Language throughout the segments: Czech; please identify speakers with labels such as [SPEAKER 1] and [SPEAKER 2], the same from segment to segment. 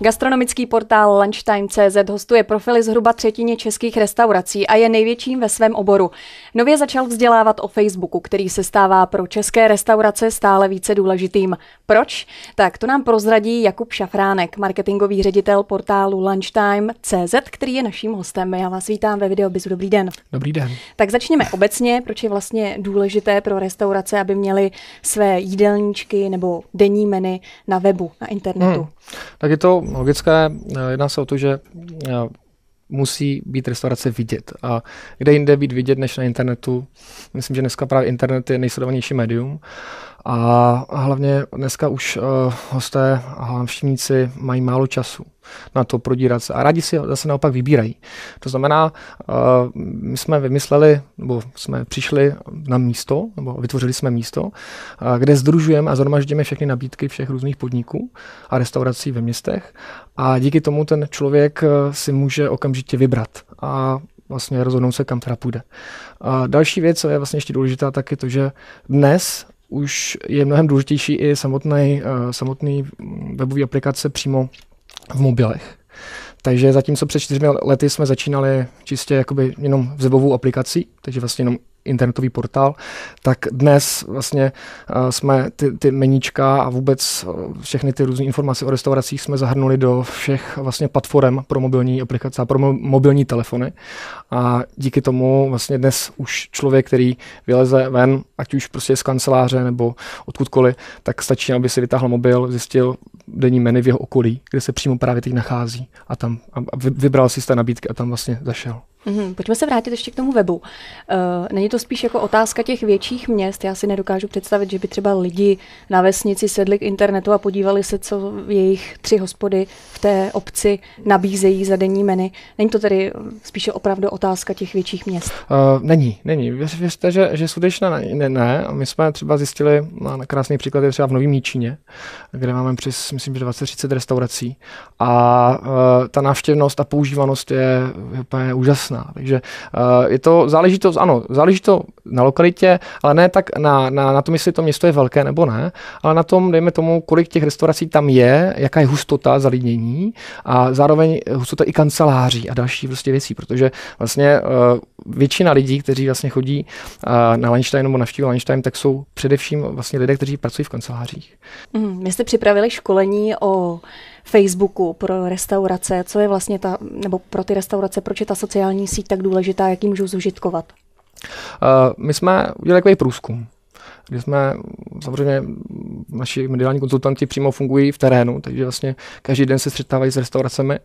[SPEAKER 1] Gastronomický portál Lunchtime.cz hostuje profily zhruba třetině českých restaurací a je největším ve svém oboru. Nově začal vzdělávat o Facebooku, který se stává pro české restaurace stále více důležitým. Proč? Tak to nám prozradí Jakub Šafránek, marketingový ředitel portálu Lunchtime.cz, který je naším hostem. Já vás vítám ve Videobizu. Dobrý den.
[SPEAKER 2] Dobrý den.
[SPEAKER 1] Tak začněme obecně, proč je vlastně důležité pro restaurace, aby měly své jídelníčky nebo denní menu na webu, na internetu.
[SPEAKER 2] Tak je to logické, jedná se o to, že musí být restaurace vidět. A kde jinde být vidět než na internetu? Myslím, že dneska právě internet je nejsledovanější médium. A hlavně dneska už hosté a návštěvníci mají málo času na to prodírat se a rádi si zase naopak vybírají. To znamená, my jsme vymysleli, nebo jsme přišli na místo, nebo vytvořili jsme místo, kde sdružujeme a shromaždíme všechny nabídky všech různých podniků a restaurací ve městech a díky tomu ten člověk si může okamžitě vybrat a vlastně rozhodnout se, kam teda půjde. A další věc, co je vlastně ještě důležitá, tak je to, že dnes už je mnohem důležitější i samotný webový aplikace přímo v mobilech. Takže zatímco před 4 lety jsme začínali čistě jakoby jenom s webovou aplikací, takže vlastně jenom internetový portál, tak dnes vlastně jsme ty meníčka a vůbec všechny ty různé informace o restauracích jsme zahrnuli do všech vlastně platform pro mobilní aplikace a pro mobilní telefony. A díky tomu vlastně dnes už člověk, který vyleze ven, ať už prostě z kanceláře nebo odkudkoliv, tak stačí, aby si vytáhl mobil, zjistil denní menu v jeho okolí, kde se přímo právě teď nachází a tam vybral si z té nabídky a tam vlastně zašel.
[SPEAKER 1] Pojďme se vrátit ještě k tomu webu. Není to spíš jako otázka těch větších měst? Já si nedokážu představit, že by třeba lidi na vesnici sedli k internetu a podívali se, co jejich 3 hospody v té obci nabízejí za denní menu. Není to tedy spíše opravdu otázka těch větších měst?
[SPEAKER 2] Není. Věřte, že skutečně ne. My jsme třeba zjistili, na krásný příklad je třeba v Novém Jičíně, kde máme přes, myslím, 20-30 restaurací a ta návštěvnost a používanost je úplně úžasná. Takže záleží to na lokalitě, ale ne tak na tom, jestli to město je velké nebo ne, ale na tom, dejme tomu, kolik těch restaurací tam je, jaká je hustota zalidnění a zároveň hustota i kanceláří a další prostě věcí, protože vlastně většina lidí, kteří vlastně chodí na lunchtime nebo navštíví lunchtime, tak jsou především vlastně lidé, kteří pracují v kancelářích.
[SPEAKER 1] Vy jste připravili školení o Facebooku pro restaurace, co je vlastně nebo pro ty restaurace, proč je ta sociální síť tak důležitá, jak ji můžou zužitkovat?
[SPEAKER 2] My jsme udělali takový průzkum, kdy jsme samozřejmě naši mediální konzultanti přímo fungují v terénu, takže vlastně každý den se střetávají s restauracemi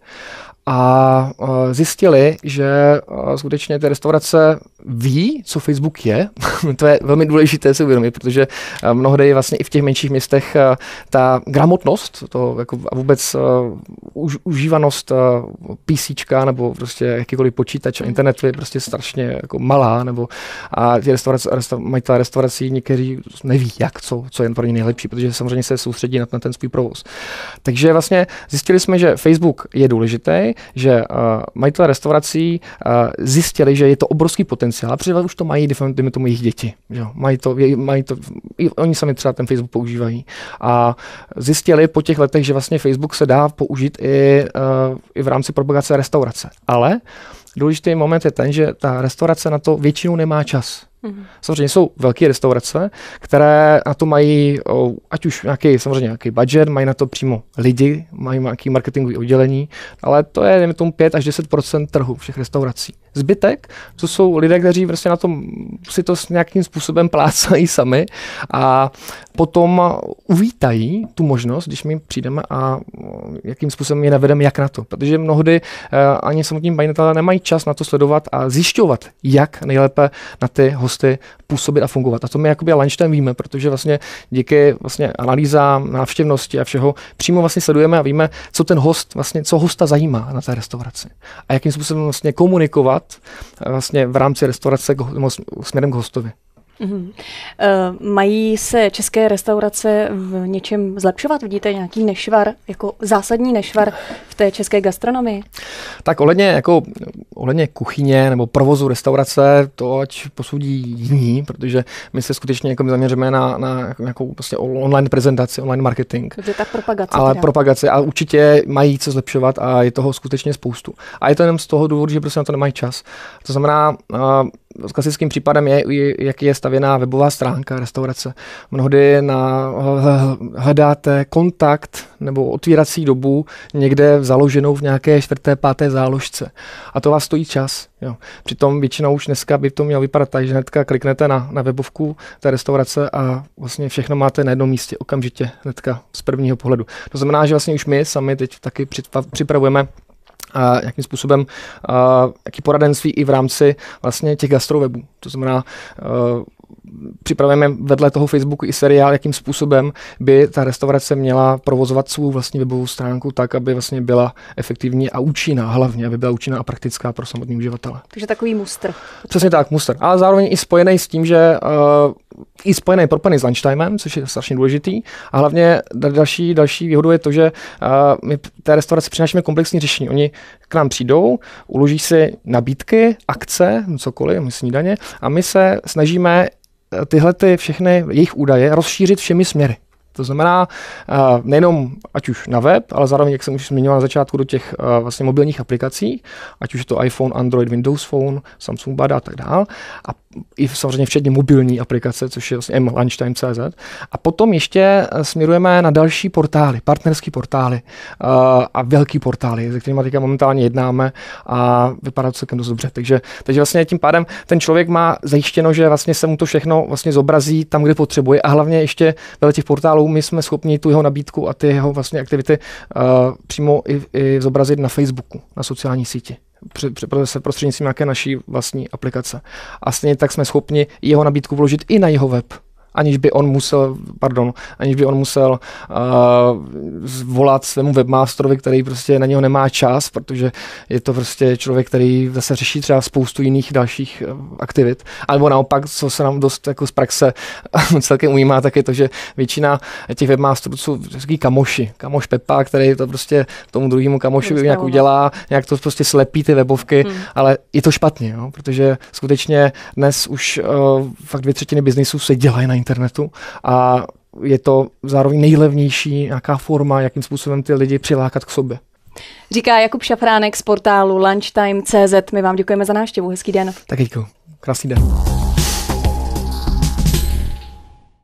[SPEAKER 2] a zjistili, že skutečně ty restaurace ví, co Facebook je. To je velmi důležité si uvědomit, protože mnohdy je vlastně i v těch menších městech ta gramotnost jako a vůbec užívanost PCčka nebo prostě jakýkoliv počítač a internetu je prostě strašně jako malá, nebo a ty majitelé restaurací někteří neví, co je pro ně nejlepší, protože samozřejmě se soustředí na ten svůj provoz. Takže vlastně zjistili jsme, že Facebook je důležitý, že majitelé restaurací zjistili, že je to obrovský potenciál, protože už to mají, dejme tomu, jejich děti. Že? Mají to, oni sami třeba ten Facebook používají. A zjistili po těch letech, že vlastně Facebook se dá použít i v rámci propagace restaurace. Ale důležitý moment je ten, že ta restaurace na to většinou nemá čas. Samozřejmě jsou velké restaurace, které na to mají ať už nějaký budget, mají na to přímo lidi, mají nějaký marketingový oddělení, ale to je dejme tomu 5 až 10% trhu všech restaurací. Zbytek, to jsou lidé, kteří prostě na tom si to nějakým způsobem plácají sami a potom uvítají tu možnost, když my přijdeme a jakým způsobem je navedeme, jak na to. Protože mnohdy ani samotní majitelé nemají čas na to sledovat a zjišťovat, jak nejlépe na ty hosty působit a fungovat. A to my jakoby lunchtime víme, protože vlastně díky vlastně analýzám, návštěvnosti a všeho přímo vlastně sledujeme a víme, co ten host vlastně, co hosta zajímá na té restauraci. A jakým způsobem vlastně komunikovat vlastně v rámci restaurace směrem k hostovi.
[SPEAKER 1] Mají se české restaurace v něčem zlepšovat? Vidíte nějaký nešvar, jako zásadní nešvar v té české gastronomii?
[SPEAKER 2] Tak ohledně kuchyně nebo provozu restaurace, to ať posoudí jiní, protože my se skutečně jako zaměříme na nějakou prostě online prezentaci, online marketing.
[SPEAKER 1] Takže tak propagace.
[SPEAKER 2] Ale propagace a určitě mají co zlepšovat a je toho skutečně spoustu. A je to jenom z toho důvodu, že prostě na to nemají čas. To znamená, klasickým případem je, jak je stavěná webová stránka restaurace. Mnohdy hledáte kontakt nebo otvírací dobu někde založenou v nějaké 4., 5. záložce. A to vás stojí čas. Jo. Přitom většinou už dneska by to mělo vypadat tak, že hnedka kliknete na webovku té restaurace a vlastně všechno máte na jednom místě okamžitě, hnedka z prvního pohledu. To znamená, že vlastně už my sami teď taky připravujeme jakým způsobem, jaký poradenství i v rámci vlastně těch gastrovebů. To znamená, připravujeme vedle toho Facebooku i seriál, jakým způsobem by ta restaurace měla provozovat svou vlastní webovou stránku tak, aby vlastně byla efektivní a účinná, hlavně, aby byla účinná a praktická pro samotný uživatele.
[SPEAKER 1] Takže takový mustr.
[SPEAKER 2] Přesně tak, mustr. Ale zároveň i spojený s tím, že i propojený s lunchtimem, což je strašně důležitý. A hlavně další výhodou je to, že my té restauraci přinášíme komplexní řešení. Oni k nám přijdou, uloží si nabídky, akce, cokoliv, snídaně a my se snažíme tyhle všechny jejich údaje rozšířit všemi směry. To znamená nejenom ať už na web, ale zároveň, jak jsem už zmiňoval na začátku, do těch vlastně mobilních aplikací, ať už je to iPhone, Android, Windows Phone, Samsung Bada a tak dál. A i samozřejmě včetně mobilní aplikace, což je vlastně lunchtime.cz. A potom ještě směrujeme na další portály, partnerské portály a velký portály, se kterými teďka momentálně jednáme a vypadá to celkem dost dobře. Takže vlastně tím pádem ten člověk má zajištěno, že vlastně se mu to všechno vlastně zobrazí tam, kde potřebuje a hlavně ještě vedle těch portálů my jsme schopni tu jeho nabídku a ty jeho vlastně aktivity přímo i zobrazit na Facebooku, na sociální síti. Prostřednictvím nějaké naší vlastní aplikace. A stejně tak jsme schopni jeho nabídku vložit i na jeho web. Aniž by on musel volat svému webmasterovi, který prostě na něho nemá čas, protože je to prostě člověk, který zase řeší třeba spoustu jiných dalších aktivit. Alebo naopak, co se nám dost jako z praxe celkem ujímá, tak je to, že většina těch webmasterů jsou kamoši. Kamoš Pepa, který to prostě tomu druhému kamoši nějak udělá, nějak to prostě slepí ty webovky, ale je to špatně, jo? Protože skutečně dnes už fakt 2/3 biznisu se dělají na internetu a je to zároveň nejlevnější nějaká forma, jakým způsobem ty lidi přilákat k sobě.
[SPEAKER 1] Říká Jakub Šafránek z portálu lunchtime.cz. My vám děkujeme za návštěvu. Hezký den.
[SPEAKER 2] Tak děkuji. Krásný den.